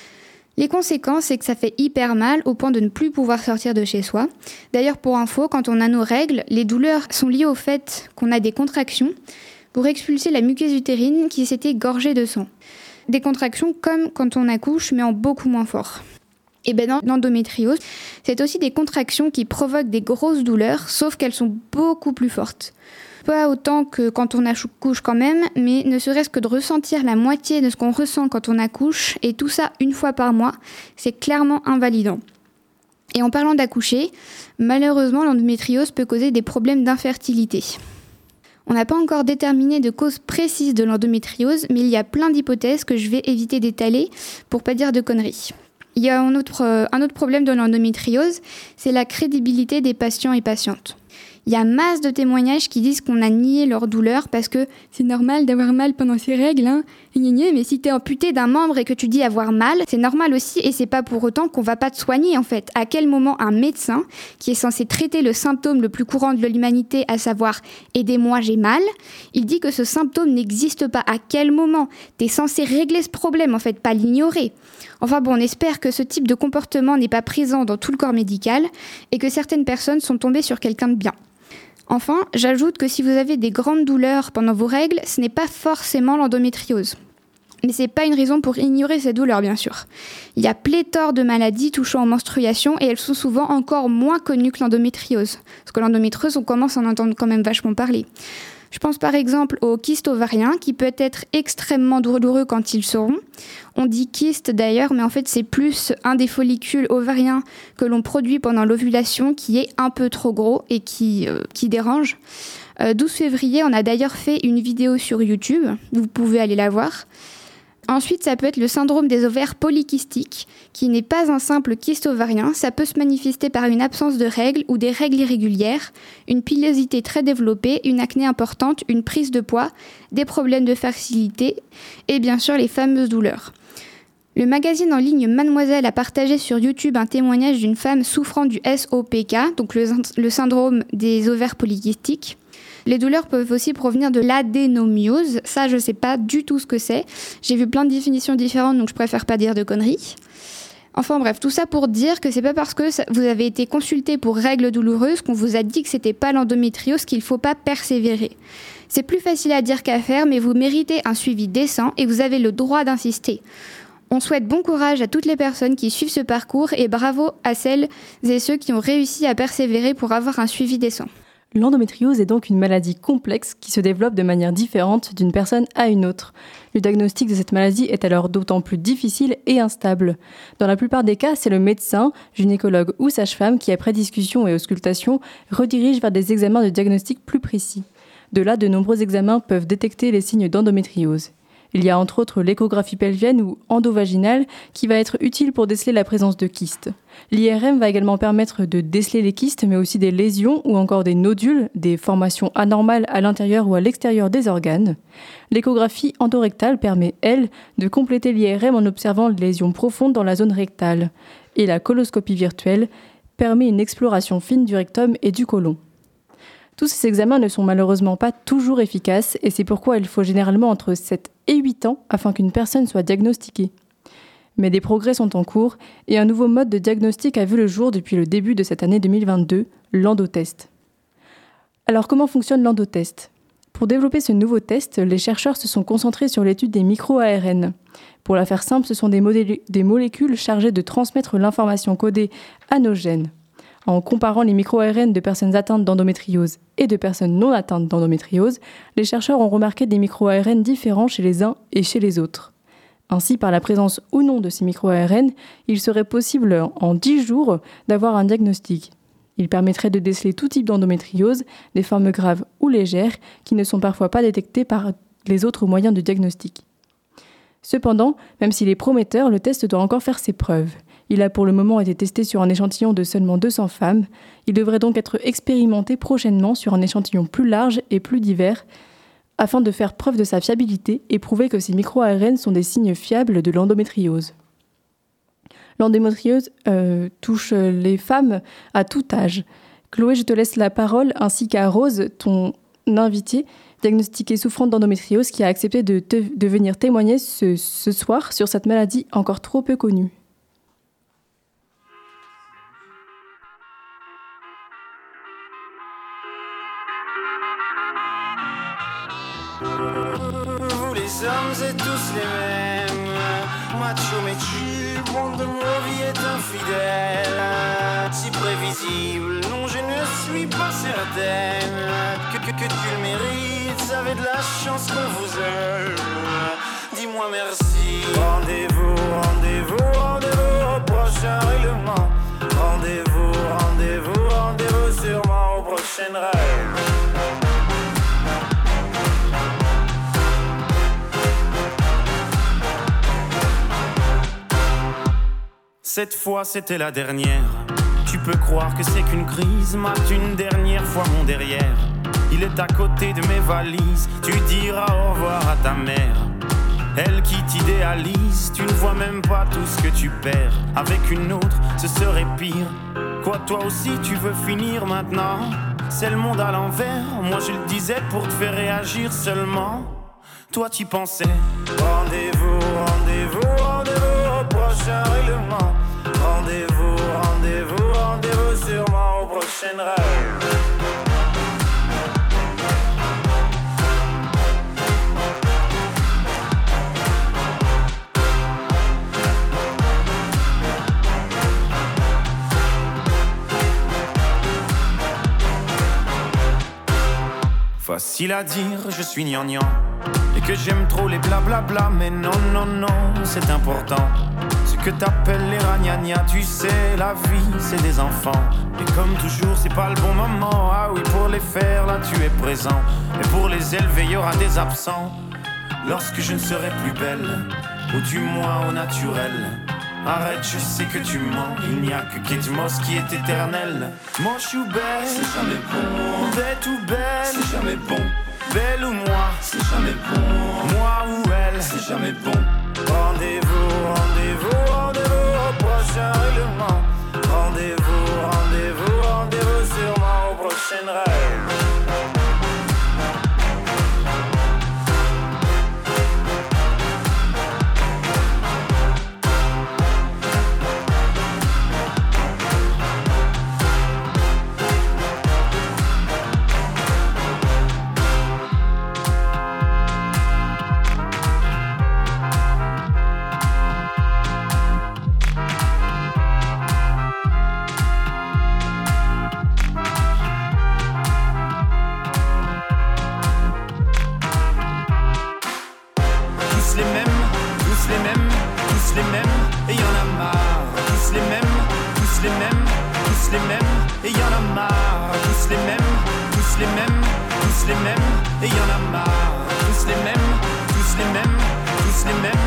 Les conséquences, c'est que ça fait hyper mal au point de ne plus pouvoir sortir de chez soi. D'ailleurs, pour info, quand on a nos règles, les douleurs sont liées au fait qu'on a des contractions pour expulser la muqueuse utérine qui s'était gorgée de sang. Des contractions comme quand on accouche, mais en beaucoup moins fort. Et bien dans l'endométriose, c'est aussi des contractions qui provoquent des grosses douleurs, sauf qu'elles sont beaucoup plus fortes. Pas autant que quand on accouche quand même, mais ne serait-ce que de ressentir la moitié de ce qu'on ressent quand on accouche, et tout ça une fois par mois, c'est clairement invalidant. Et en parlant d'accoucher, malheureusement l'endométriose peut causer des problèmes d'infertilité. On n'a pas encore déterminé de cause précise de l'endométriose, mais il y a plein d'hypothèses que je vais éviter d'étaler pour pas dire de conneries. Il y a un autre problème de l'endométriose, c'est la crédibilité des patients et patientes. Il y a masse de témoignages qui disent qu'on a nié leur douleur parce que c'est normal d'avoir mal pendant ses règles, hein. Mais si t'es amputé d'un membre et que tu dis avoir mal, c'est normal aussi et c'est pas pour autant qu'on va pas te soigner en fait. À quel moment un médecin, qui est censé traiter le symptôme le plus courant de l'humanité, à savoir « aidez-moi, j'ai mal », il dit que ce symptôme n'existe pas. À quel moment t'es censé régler ce problème en fait, pas l'ignorer. Enfin bon, on espère que ce type de comportement n'est pas présent dans tout le corps médical et que certaines personnes sont tombées sur quelqu'un de bien. Enfin, j'ajoute que si vous avez des grandes douleurs pendant vos règles, ce n'est pas forcément l'endométriose. Mais ce n'est pas une raison pour ignorer ces douleurs, bien sûr. Il y a pléthore de maladies touchant aux menstruations et elles sont souvent encore moins connues que l'endométriose. Parce que l'endométriose, on commence à en entendre quand même vachement parler. Je pense par exemple au kyste ovarien qui peut être extrêmement douloureux quand ils se rompt. On dit kyste d'ailleurs, mais en fait c'est plus un des follicules ovariens que l'on produit pendant l'ovulation qui est un peu trop gros et qui dérange. 12 février, on a d'ailleurs fait une vidéo sur YouTube, vous pouvez aller la voir. Ensuite, ça peut être le syndrome des ovaires polykystiques, qui n'est pas un simple kyste ovarien. Ça peut se manifester par une absence de règles ou des règles irrégulières, une pilosité très développée, une acné importante, une prise de poids, des problèmes de fertilité et bien sûr les fameuses douleurs. Le magazine en ligne Mademoiselle a partagé sur YouTube un témoignage d'une femme souffrant du SOPK, donc le syndrome des ovaires polykystiques. Les douleurs peuvent aussi provenir de l'adénomiose. Ça, je ne sais pas du tout ce que c'est. J'ai vu plein de définitions différentes, donc je préfère pas dire de conneries. Enfin bref, tout ça pour dire que c'est pas parce que vous avez été consulté pour règles douloureuses qu'on vous a dit que c'était pas l'endométriose qu'il faut pas persévérer. C'est plus facile à dire qu'à faire, mais vous méritez un suivi décent et vous avez le droit d'insister. On souhaite bon courage à toutes les personnes qui suivent ce parcours et bravo à celles et ceux qui ont réussi à persévérer pour avoir un suivi décent. L'endométriose est donc une maladie complexe qui se développe de manière différente d'une personne à une autre. Le diagnostic de cette maladie est alors d'autant plus difficile et instable. Dans la plupart des cas, c'est le médecin, gynécologue ou sage-femme qui, après discussion et auscultation, redirige vers des examens de diagnostic plus précis. De là, de nombreux examens peuvent détecter les signes d'endométriose. Il y a entre autres l'échographie pelvienne ou endovaginale qui va être utile pour déceler la présence de kystes. L'IRM va également permettre de déceler les kystes, mais aussi des lésions ou encore des nodules, des formations anormales à l'intérieur ou à l'extérieur des organes. L'échographie endorectale permet, elle, de compléter l'IRM en observant les lésions profondes dans la zone rectale. Et la coloscopie virtuelle permet une exploration fine du rectum et du côlon. Tous ces examens ne sont malheureusement pas toujours efficaces et c'est pourquoi il faut généralement entre 7 et 8 ans afin qu'une personne soit diagnostiquée. Mais des progrès sont en cours et un nouveau mode de diagnostic a vu le jour depuis le début de cette année 2022, l'endotest. Alors comment fonctionne l'endotest ? Pour développer ce nouveau test, les chercheurs se sont concentrés sur l'étude des micro-ARN. Pour la faire simple, ce sont des molécules chargées de transmettre l'information codée à nos gènes. En comparant les micro-ARN de personnes atteintes d'endométriose et de personnes non atteintes d'endométriose, les chercheurs ont remarqué des micro-ARN différents chez les uns et chez les autres. Ainsi, par la présence ou non de ces micro-ARN, il serait possible en 10 jours d'avoir un diagnostic. Il permettrait de déceler tout type d'endométriose, des formes graves ou légères, qui ne sont parfois pas détectées par les autres moyens de diagnostic. Cependant, même s'il est prometteur, le test doit encore faire ses preuves. Il a pour le moment été testé sur un échantillon de seulement 200 femmes. Il devrait donc être expérimenté prochainement sur un échantillon plus large et plus divers, afin de faire preuve de sa fiabilité et prouver que ces micro-ARN sont des signes fiables de l'endométriose. L'endométriose touche les femmes à tout âge. Chloé, je te laisse la parole, ainsi qu'à Rose, ton invitée, diagnostiquée souffrante d'endométriose, qui a accepté de venir témoigner ce soir sur cette maladie encore trop peu connue. Vous les hommes êtes tous les mêmes, macho mais chill, bande de vie est infidèle, si prévisible, non je ne suis pas certaine que tu le mérites, avez de la chance qu'on vous aime, dis-moi merci. Rendez-vous au prochain règlement, rendez-vous sûrement au prochain rêve. Cette fois c'était la dernière. Tu peux croire que c'est qu'une crise, mate une dernière fois mon derrière. Il est à côté de mes valises, tu diras au revoir à ta mère. Elle qui t'idéalise, tu ne vois même pas tout ce que tu perds. Avec une autre, ce serait pire. Quoi, toi aussi tu veux finir maintenant? C'est le monde à l'envers, moi je le disais pour te faire réagir seulement. Toi t'y pensais. Rendez-vous au prochain règlement. Rendez-vous sûrement au prochain rêve. Facile à dire, je suis gnangnan et que j'aime trop les blablabla, mais non, c'est important. Ce que t'appelles les ragnagnas, tu sais, la vie, c'est des enfants. Et comme toujours, c'est pas le bon moment. Ah oui, pour les faire, là, tu es présent. Et pour les élever, il y aura des absents. Lorsque je ne serai plus belle, ou du moins au naturel. Arrête, je sais que tu mens. Il n'y a que Kate Moss qui est éternelle. Moche ou belle, c'est jamais bon. Bête ou belle, c'est jamais bon. Belle ou moi, c'est jamais bon. Moi ou elle, c'est jamais bon. Rendez-vous au prochain règlement. Rendez-vous sûrement au prochain rêve. tous les mêmes, tous les mêmes, tous les mêmes, et y en a marre. Tous les mêmes, tous les mêmes, tous les mêmes, et y en a marre. Tous les mêmes, tous les mêmes, tous les mêmes, et y en a marre. Tous les mêmes, tous les mêmes, tous les mêmes.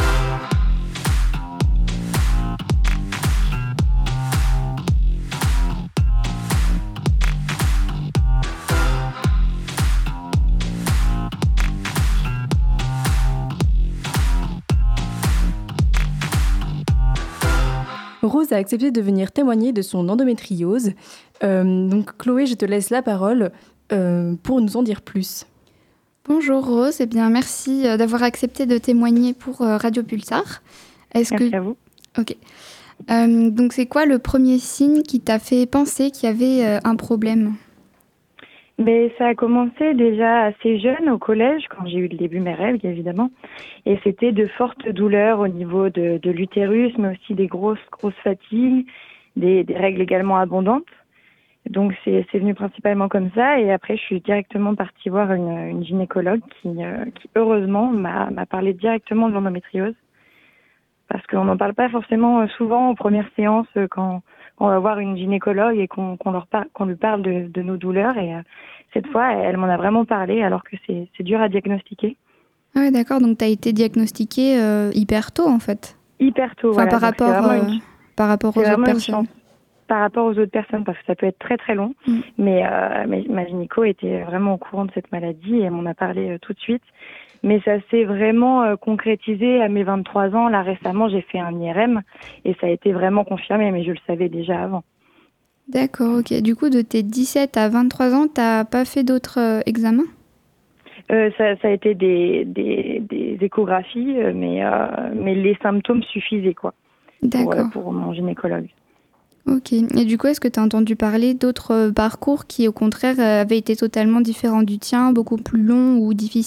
Rose a accepté de venir témoigner de son endométriose. Donc Chloé, je te laisse la parole pour nous en dire plus. Bonjour Rose, merci d'avoir accepté de témoigner pour Radio Pulsar. Merci à vous. Ok. Donc c'est quoi le premier signe qui t'a fait penser qu'il y avait un problème ? Ça a commencé déjà assez jeune au collège, quand j'ai eu le début de mes règles, évidemment. Et c'était de fortes douleurs au niveau de l'utérus, mais aussi des grosses fatigues, des règles également abondantes. Donc c'est venu principalement comme ça. Et après, je suis directement partie voir une gynécologue qui heureusement, m'a parlé directement de l'endométriose. Parce qu'on n'en parle pas forcément souvent aux premières séances quand on va voir une gynécologue et qu'on lui parle de nos douleurs. Et cette fois, elle m'en a vraiment parlé, alors que c'est dur à diagnostiquer. Ah ouais, d'accord. Donc, tu as été diagnostiquée hyper tôt, en fait. Hyper tôt, enfin, voilà. par rapport aux autres personnes. Par rapport aux autres personnes, parce que ça peut être très, très long. Mais ma gynéco était vraiment au courant de cette maladie et elle m'en a parlé tout de suite. Mais ça s'est vraiment concrétisé à mes 23 ans. Là, récemment, j'ai fait un IRM et ça a été vraiment confirmé, mais je le savais déjà avant. D'accord, ok. Du coup, de tes 17 à 23 ans, t'as pas fait d'autres examens ? Ça a été des échographies, mais les symptômes suffisaient, quoi. D'accord. Pour mon gynécologue. Ok. Et du coup, est-ce que tu as entendu parler d'autres parcours qui, au contraire, avaient été totalement différents du tien, beaucoup plus longs ou difficiles ?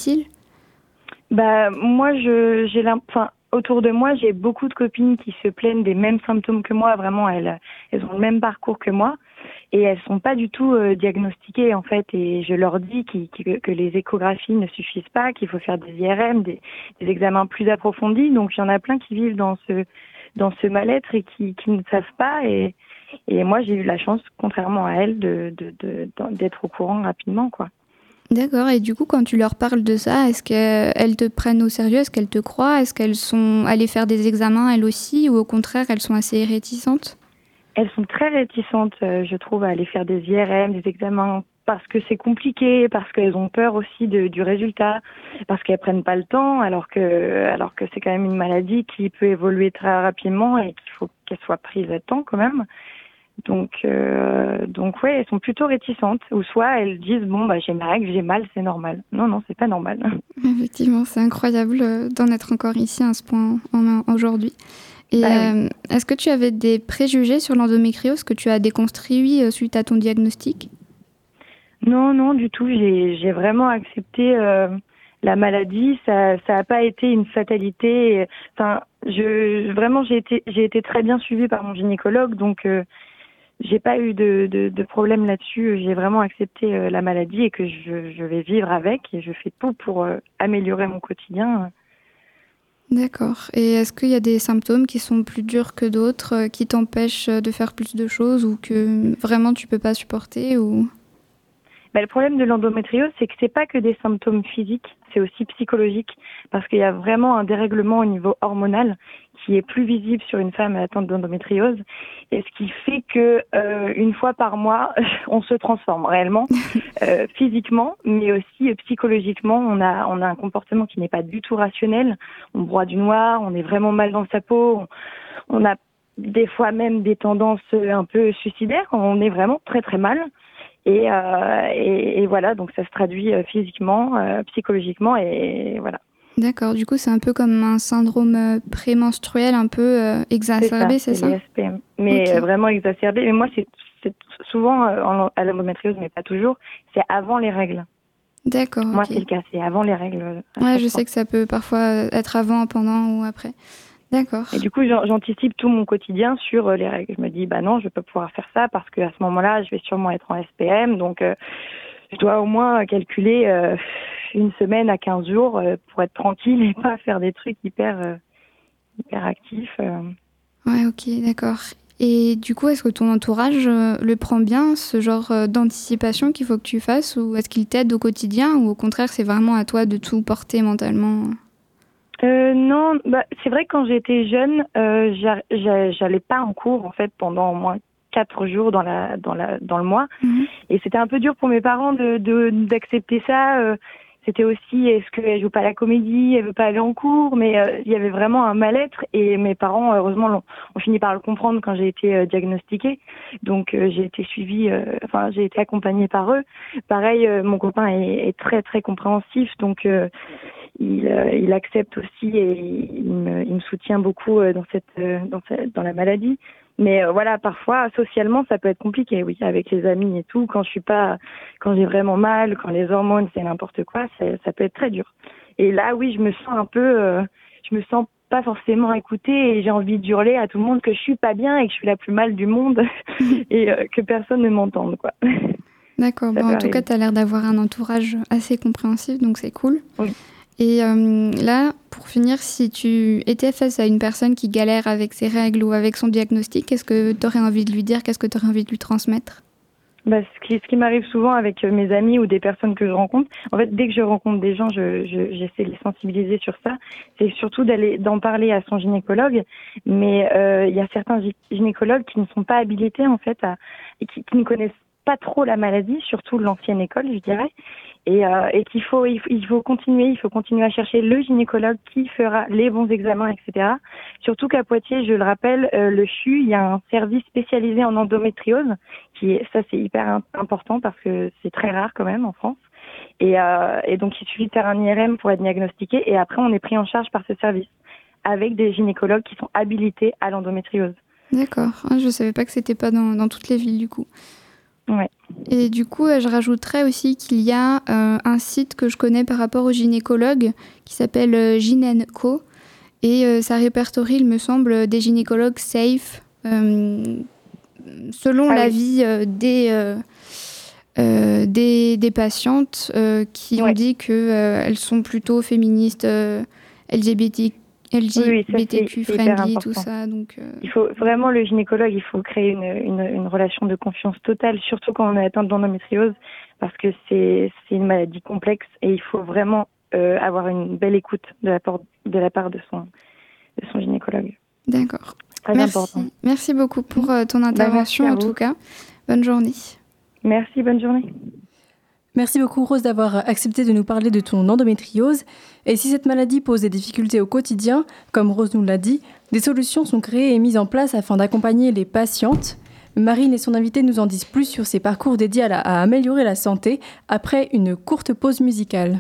Moi, autour de moi, j'ai beaucoup de copines qui se plaignent des mêmes symptômes que moi. Vraiment, elles ont le même parcours que moi. Et elles sont pas du tout diagnostiquées, en fait. Et je leur dis que les échographies ne suffisent pas, qu'il faut faire des IRM, des examens plus approfondis. Donc, il y en a plein qui vivent dans ce mal-être et qui ne savent pas. Et moi, j'ai eu la chance, contrairement à elles, d'être au courant rapidement, quoi. D'accord. Et du coup, quand tu leur parles de ça, est-ce qu'elles te prennent au sérieux ? Est-ce qu'elles te croient ? Est-ce qu'elles sont allées faire des examens, elles aussi ? Ou au contraire, elles sont assez réticentes ? Elles sont très réticentes, je trouve, à aller faire des IRM, des examens, parce que c'est compliqué, parce qu'elles ont peur aussi du résultat, parce qu'elles prennent pas le temps, alors que c'est quand même une maladie qui peut évoluer très rapidement et qu'il faut qu'elle soit prise à temps quand même. Donc ouais, elles sont plutôt réticentes. Ou soit elles disent j'ai mes règles, j'ai mal, c'est normal. Non, c'est pas normal. Effectivement, c'est incroyable d'en être encore ici à ce point aujourd'hui. Et oui. Est-ce que tu avais des préjugés sur l'endométriose que tu as déconstruits suite à ton diagnostic ? Non, du tout. J'ai vraiment accepté la maladie. Ça a pas été une fatalité. Enfin, j'ai été très bien suivie par mon gynécologue, donc j'ai pas eu de problème là-dessus. J'ai vraiment accepté la maladie et que je vais vivre avec et je fais tout pour améliorer mon quotidien. D'accord. Et est-ce qu'il y a des symptômes qui sont plus durs que d'autres, qui t'empêchent de faire plus de choses ou que vraiment tu peux pas supporter ou... Le problème de l'endométriose, c'est que c'est pas que des symptômes physiques, c'est aussi psychologique, parce qu'il y a vraiment un dérèglement au niveau hormonal qui est plus visible sur une femme atteinte d'endométriose, et ce qui fait que une fois par mois, on se transforme réellement, physiquement, mais aussi psychologiquement. On a un comportement qui n'est pas du tout rationnel. On broie du noir, on est vraiment mal dans sa peau, on a des fois même des tendances un peu suicidaires, on est vraiment très très mal. Et voilà, donc ça se traduit physiquement, psychologiquement, et voilà. D'accord, du coup c'est un peu comme un syndrome prémenstruel un peu exacerbé, c'est ça ? C'est l'ISPM, mais okay. Vraiment exacerbé. Mais moi c'est souvent à l'endométriose, mais pas toujours, c'est avant les règles. D'accord. Moi okay. c'est le cas, c'est avant les règles. Ouais, je sais que ça peut parfois être avant, pendant ou après. D'accord. Et du coup, j'anticipe tout mon quotidien sur les règles. Je me dis, non, je vais pas pouvoir faire ça parce qu'à ce moment-là, je vais sûrement être en SPM. Donc je dois au moins calculer une semaine à 15 jours pour être tranquille et pas faire des trucs hyper actifs. Ouais, ok, d'accord. Et du coup, est-ce que ton entourage le prend bien, ce genre d'anticipation qu'il faut que tu fasses, ou est-ce qu'il t'aide au quotidien, ou au contraire, c'est vraiment à toi de tout porter mentalement ? Non, c'est vrai que quand j'étais jeune, j'allais pas en cours en fait pendant au moins 4 jours dans le mois, et c'était un peu dur pour mes parents d'accepter ça. C'était aussi, est-ce qu'elle joue pas à la comédie, elle veut pas aller en cours, mais il y avait vraiment un mal-être, et mes parents, heureusement, ont fini par le comprendre quand j'ai été diagnostiquée. Donc j'ai été suivie, j'ai été accompagnée par eux. Pareil, mon copain est très très compréhensif, donc il accepte aussi et il me soutient beaucoup dans la maladie. Mais voilà, parfois, socialement, ça peut être compliqué, oui, avec les amis et tout. Quand j'ai vraiment mal, quand les hormones, c'est n'importe quoi, ça peut être très dur. Et là, oui, je me sens pas forcément écoutée, et j'ai envie d'hurler à tout le monde que je suis pas bien et que je suis la plus mal du monde et que personne ne m'entende, quoi. D'accord. Bon, en tout cas, tu as l'air d'avoir un entourage assez compréhensif, donc c'est cool. Oui. Et là, pour finir, si tu étais face à une personne qui galère avec ses règles ou avec son diagnostic, qu'est-ce que tu aurais envie de lui dire ? Qu'est-ce que tu aurais envie de lui transmettre ? Ce qui m'arrive souvent avec mes amis ou des personnes que je rencontre, en fait, dès que je rencontre des gens, j'essaie de les sensibiliser sur ça. C'est surtout d'en parler à son gynécologue. Mais il y a certains gynécologues qui ne sont pas habilités, en fait, et qui ne connaissent pas trop la maladie, surtout l'ancienne école, je dirais. Et qu'il faut continuer à chercher le gynécologue qui fera les bons examens, etc. Surtout qu'à Poitiers, je le rappelle, le CHU, il y a un service spécialisé en endométriose, c'est hyper important parce que c'est très rare quand même en France. Et donc il suffit de faire un IRM pour être diagnostiqué, et après on est pris en charge par ce service avec des gynécologues qui sont habilités à l'endométriose. D'accord, je savais pas que c'était pas dans toutes les villes du coup. Ouais. Et du coup, je rajouterais aussi qu'il y a un site que je connais par rapport aux gynécologues qui s'appelle Gynenco, et ça répertorie, il me semble, des gynécologues safe selon l'avis des patientes qui ont dit qu'elles sont plutôt féministes, LGBTQ friendly, tout ça. Donc, il faut vraiment, le gynécologue, il faut créer une relation de confiance totale, surtout quand on est atteint d'endométriose, parce que c'est une maladie complexe, et il faut vraiment avoir une belle écoute de la part de son gynécologue. D'accord. Très important. Merci beaucoup pour ton intervention, en tout cas. Bonne journée. Merci, bonne journée. Merci beaucoup Rose d'avoir accepté de nous parler de ton endométriose. Et si cette maladie pose des difficultés au quotidien, comme Rose nous l'a dit, des solutions sont créées et mises en place afin d'accompagner les patientes. Marine et son invitée nous en disent plus sur ces parcours dédiés à améliorer la santé après une courte pause musicale.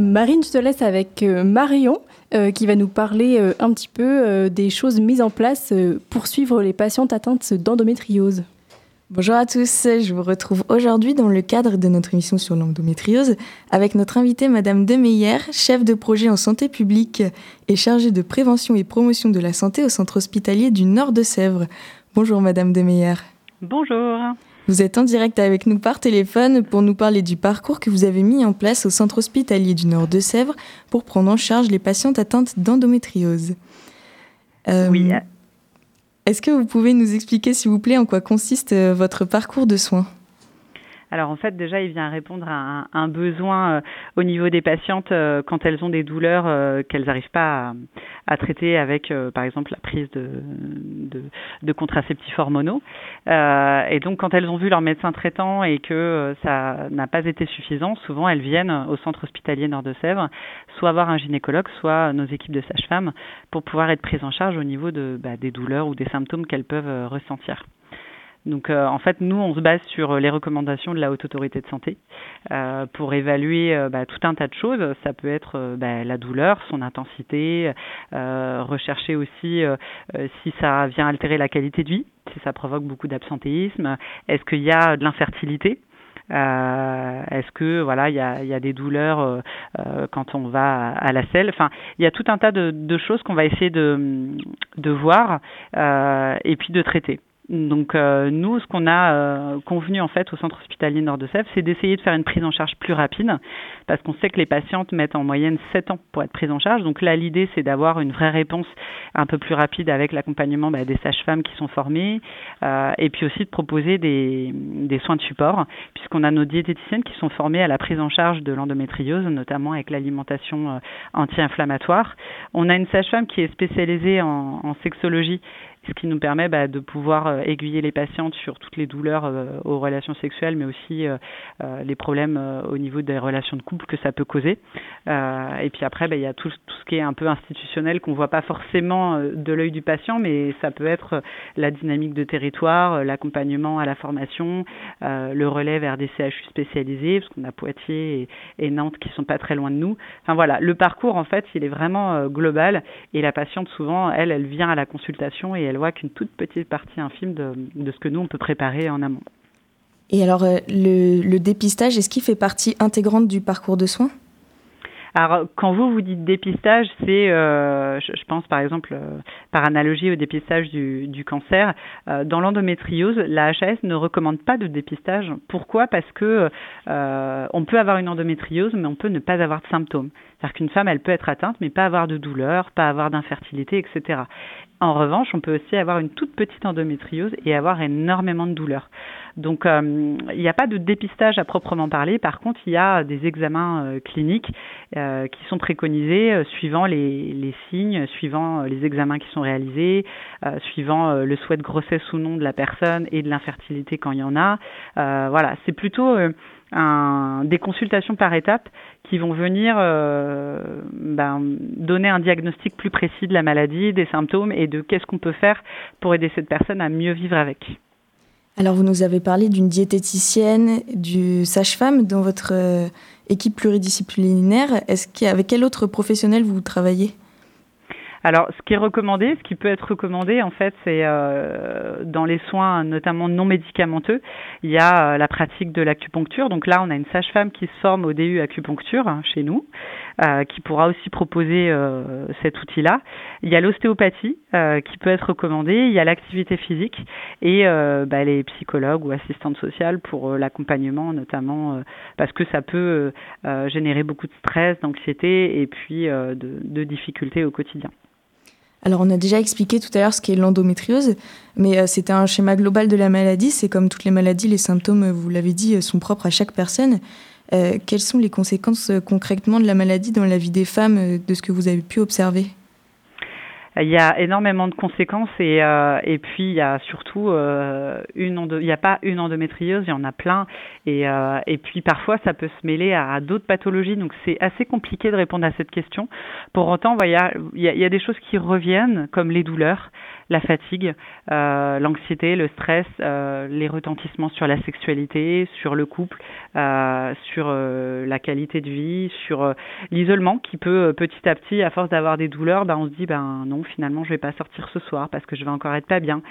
Marine, je te laisse avec Marion qui va nous parler un petit peu des choses mises en place pour suivre les patientes atteintes d'endométriose. Bonjour à tous, je vous retrouve aujourd'hui dans le cadre de notre émission sur l'endométriose avec notre invitée Madame Demeyer, chef de projet en santé publique et chargée de prévention et promotion de la santé au centre hospitalier du Nord de Sèvres. Bonjour Madame Demeyer. Bonjour. Vous êtes en direct avec nous par téléphone pour nous parler du parcours que vous avez mis en place au centre hospitalier du Nord de Sèvres pour prendre en charge les patientes atteintes d'endométriose. Oui. Est-ce que vous pouvez nous expliquer, s'il vous plaît, en quoi consiste votre parcours de soins ? Alors en fait, déjà, il vient répondre à un besoin au niveau des patientes quand elles ont des douleurs qu'elles n'arrivent pas à traiter avec, par exemple, la prise de contraceptifs hormonaux. Et donc, quand elles ont vu leur médecin traitant et que ça n'a pas été suffisant, souvent elles viennent au centre hospitalier Nord de Sèvres, soit voir un gynécologue, soit nos équipes de sages-femmes, pour pouvoir être prises en charge au niveau des douleurs ou des symptômes qu'elles peuvent ressentir. Donc en fait, nous, on se base sur les recommandations de la Haute Autorité de Santé pour évaluer tout un tas de choses. Ça peut être la douleur, son intensité, rechercher aussi si ça vient altérer la qualité de vie, si ça provoque beaucoup d'absentéisme, est-ce qu'il y a de l'infertilité. Est-ce que il y a des douleurs quand on va à la selle. Enfin, il y a tout un tas de choses qu'on va essayer de voir et puis de traiter. Donc nous, ce qu'on a convenu en fait au centre hospitalier Nord de Sèvres, c'est d'essayer de faire une prise en charge plus rapide, parce qu'on sait que les patientes mettent en moyenne 7 ans pour être prises en charge. Donc là, l'idée, c'est d'avoir une vraie réponse un peu plus rapide avec l'accompagnement des sages-femmes qui sont formées, et puis aussi de proposer des soins de support, puisqu'on a nos diététiciennes qui sont formées à la prise en charge de l'endométriose, notamment avec l'alimentation anti-inflammatoire. On a une sage-femme qui est spécialisée en sexologie, ce qui nous permet de pouvoir aiguiller les patientes sur toutes les douleurs aux relations sexuelles, mais aussi les problèmes au niveau des relations de couple que ça peut causer. Et puis après, il y a tout ce qui est un peu institutionnel qu'on ne voit pas forcément de l'œil du patient, mais ça peut être la dynamique de territoire, l'accompagnement à la formation, le relais vers des CHU spécialisés, parce qu'on a Poitiers et Nantes qui ne sont pas très loin de nous. Enfin voilà, le parcours, en fait, il est vraiment global, et la patiente, souvent, elle vient à la consultation et elle voit qu'une toute petite partie infime de ce que nous, on peut préparer en amont. Et alors, le dépistage, est-ce qu'il fait partie intégrante du parcours de soins ? Alors, quand vous dites dépistage, c'est, je pense par exemple, par analogie au dépistage du cancer, dans l'endométriose, la HAS ne recommande pas de dépistage. Pourquoi ? Parce que on peut avoir une endométriose, mais on peut ne pas avoir de symptômes. C'est-à-dire qu'une femme, elle peut être atteinte, mais pas avoir de douleur, pas avoir d'infertilité, etc. En revanche, on peut aussi avoir une toute petite endométriose et avoir énormément de douleurs. Donc, il n'y a pas de dépistage à proprement parler. Par contre, il y a des examens cliniques qui sont préconisés suivant les signes, suivant les examens qui sont réalisés, suivant le souhait de grossesse ou non de la personne et de l'infertilité quand il y en a. Voilà, c'est plutôt des consultations par étapes qui vont venir donner un diagnostic plus précis de la maladie, des symptômes et de qu'est-ce qu'on peut faire pour aider cette personne à mieux vivre avec. Alors, vous nous avez parlé d'une diététicienne, du sage-femme dans votre équipe pluridisciplinaire. Avec quel autre professionnel vous travaillez ? Alors, ce qui peut être recommandé, en fait, c'est dans les soins, notamment non médicamenteux, il y a la pratique de l'acupuncture. Donc là, on a une sage-femme qui se forme au DU acupuncture chez nous, qui pourra aussi proposer cet outil-là. Il y a l'ostéopathie qui peut être recommandée. Il y a l'activité physique et les psychologues ou assistantes sociales pour l'accompagnement, notamment parce que ça peut générer beaucoup de stress, d'anxiété et puis de difficultés au quotidien. Alors, on a déjà expliqué tout à l'heure ce qu'est l'endométriose, mais c'était un schéma global de la maladie. C'est comme toutes les maladies, les symptômes, vous l'avez dit, sont propres à chaque personne. Quelles sont les conséquences concrètement de la maladie dans la vie des femmes, de ce que vous avez pu observer ? Il y a énormément de conséquences et puis il y a surtout il n'y a pas une endométriose, il y en a plein et puis parfois ça peut se mêler à d'autres pathologies, donc c'est assez compliqué de répondre à cette question. Pour autant, il y a des choses qui reviennent comme les douleurs, la fatigue, l'anxiété, le stress, les retentissements sur la sexualité, sur le couple, sur la qualité de vie, sur l'isolement qui peut petit à petit, à force d'avoir des douleurs, on se dit non, finalement je vais pas sortir ce soir parce que je vais encore être pas bien.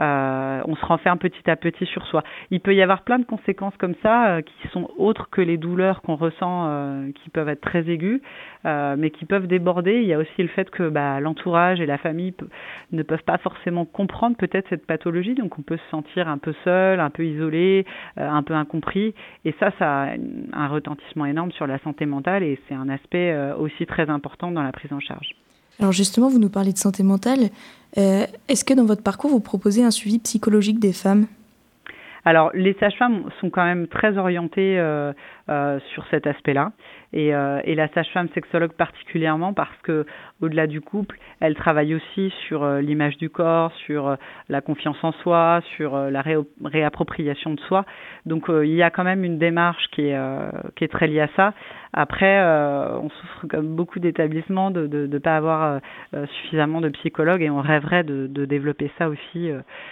On se renferme petit à petit sur soi. Il peut y avoir plein de conséquences comme ça qui sont autres que les douleurs qu'on ressent, qui peuvent être très aiguës, mais qui peuvent déborder. Il y a aussi le fait que l'entourage et la famille ne peuvent pas forcément comprendre peut-être cette pathologie, donc on peut se sentir un peu seul, un peu isolé, un peu incompris, et ça a un retentissement énorme sur la santé mentale, et c'est un aspect aussi très important dans la prise en charge. Alors justement, vous nous parlez de santé mentale. Est-ce que dans votre parcours, vous proposez un suivi psychologique des femmes ? Alors, les sages-femmes sont quand même très orientées sur cet aspect-là, et la sage-femme sexologue particulièrement, parce que au-delà du couple, elle travaille aussi sur l'image du corps, sur la confiance en soi, sur la réappropriation de soi. Donc, il y a quand même une démarche qui est très liée à ça. Après, on souffre comme beaucoup d'établissements de ne pas avoir suffisamment de psychologues, et on rêverait de développer ça aussi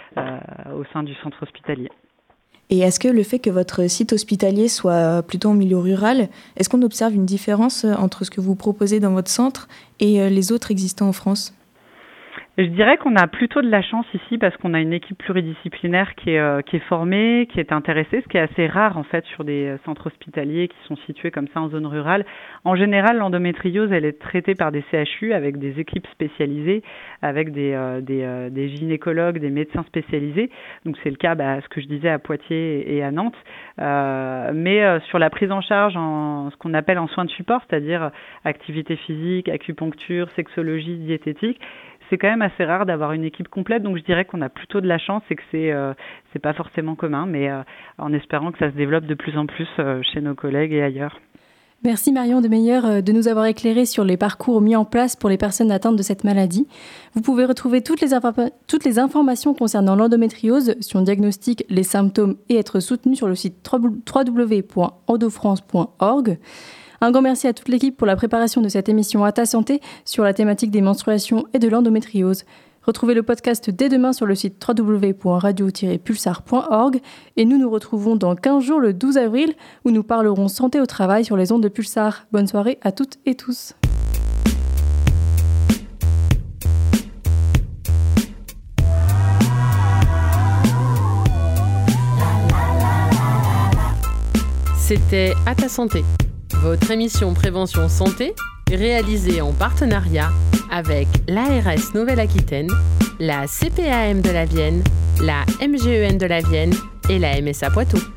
au sein du centre hospitalier. Et est-ce que le fait que votre site hospitalier soit plutôt en milieu rural, est-ce qu'on observe une différence entre ce que vous proposez dans votre centre et les autres existants en France ? Je dirais qu'on a plutôt de la chance ici parce qu'on a une équipe pluridisciplinaire qui est formée, qui est intéressée, ce qui est assez rare en fait sur des centres hospitaliers qui sont situés comme ça en zone rurale. En général, l'endométriose, elle est traitée par des CHU avec des équipes spécialisées, avec des gynécologues, des médecins spécialisés. Donc c'est le cas, ce que je disais à Poitiers et à Nantes. Mais sur la prise en charge en ce qu'on appelle en soins de support, c'est-à-dire activité physique, acupuncture, sexologie, diététique, c'est quand même assez rare d'avoir une équipe complète, donc je dirais qu'on a plutôt de la chance et que c'est pas forcément commun, mais en espérant que ça se développe de plus en plus chez nos collègues et ailleurs. Merci Marion Demeyer de nous avoir éclairé sur les parcours mis en place pour les personnes atteintes de cette maladie. Vous pouvez retrouver toutes les informations concernant l'endométriose, son diagnostic, les symptômes et être soutenu sur le site www.endofrance.org. Un grand merci à toute l'équipe pour la préparation de cette émission À ta santé sur la thématique des menstruations et de l'endométriose. Retrouvez le podcast dès demain sur le site www.radio-pulsar.org et nous nous retrouvons dans 15 jours le 12 avril où nous parlerons santé au travail sur les ondes de Pulsar. Bonne soirée à toutes et tous. C'était À ta santé, votre émission Prévention Santé, réalisée en partenariat avec l'ARS Nouvelle-Aquitaine, la CPAM de la Vienne, la MGEN de la Vienne et la MSA Poitou.